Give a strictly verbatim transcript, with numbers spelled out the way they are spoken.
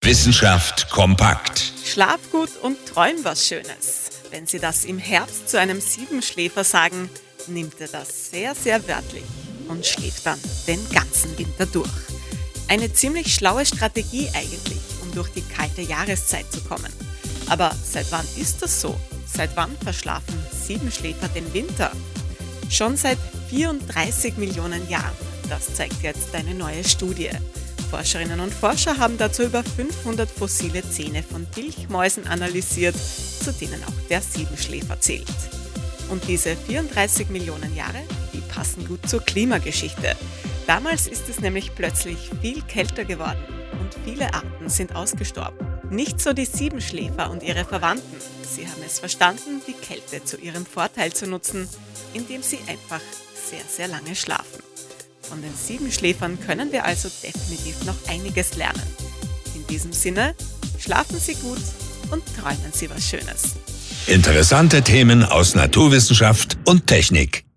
Wissenschaft kompakt. Schlaf gut und träum was Schönes. Wenn Sie das im Herbst zu einem Siebenschläfer sagen, nimmt er das sehr, sehr wörtlich und schläft dann den ganzen Winter durch. Eine ziemlich schlaue Strategie eigentlich, um durch die kalte Jahreszeit zu kommen. Aber seit wann ist das so? Seit wann verschlafen Siebenschläfer den Winter? Schon seit vierunddreißig Millionen Jahren. Das zeigt jetzt eine neue Studie. Forscherinnen und Forscher haben dazu über fünfhundert fossile Zähne von Dilchmäusen analysiert, zu denen auch der Siebenschläfer zählt. Und diese vierunddreißig Millionen Jahre, die passen gut zur Klimageschichte. Damals ist es nämlich plötzlich viel kälter geworden und viele Arten sind ausgestorben. Nicht so die Siebenschläfer und ihre Verwandten. Sie haben es verstanden, die Kälte zu ihrem Vorteil zu nutzen, indem sie einfach sehr, sehr lange schlafen. Von den Siebenschläfern können wir also definitiv noch einiges lernen. In diesem Sinne, schlafen Sie gut und träumen Sie was Schönes. Interessante Themen aus Naturwissenschaft und Technik.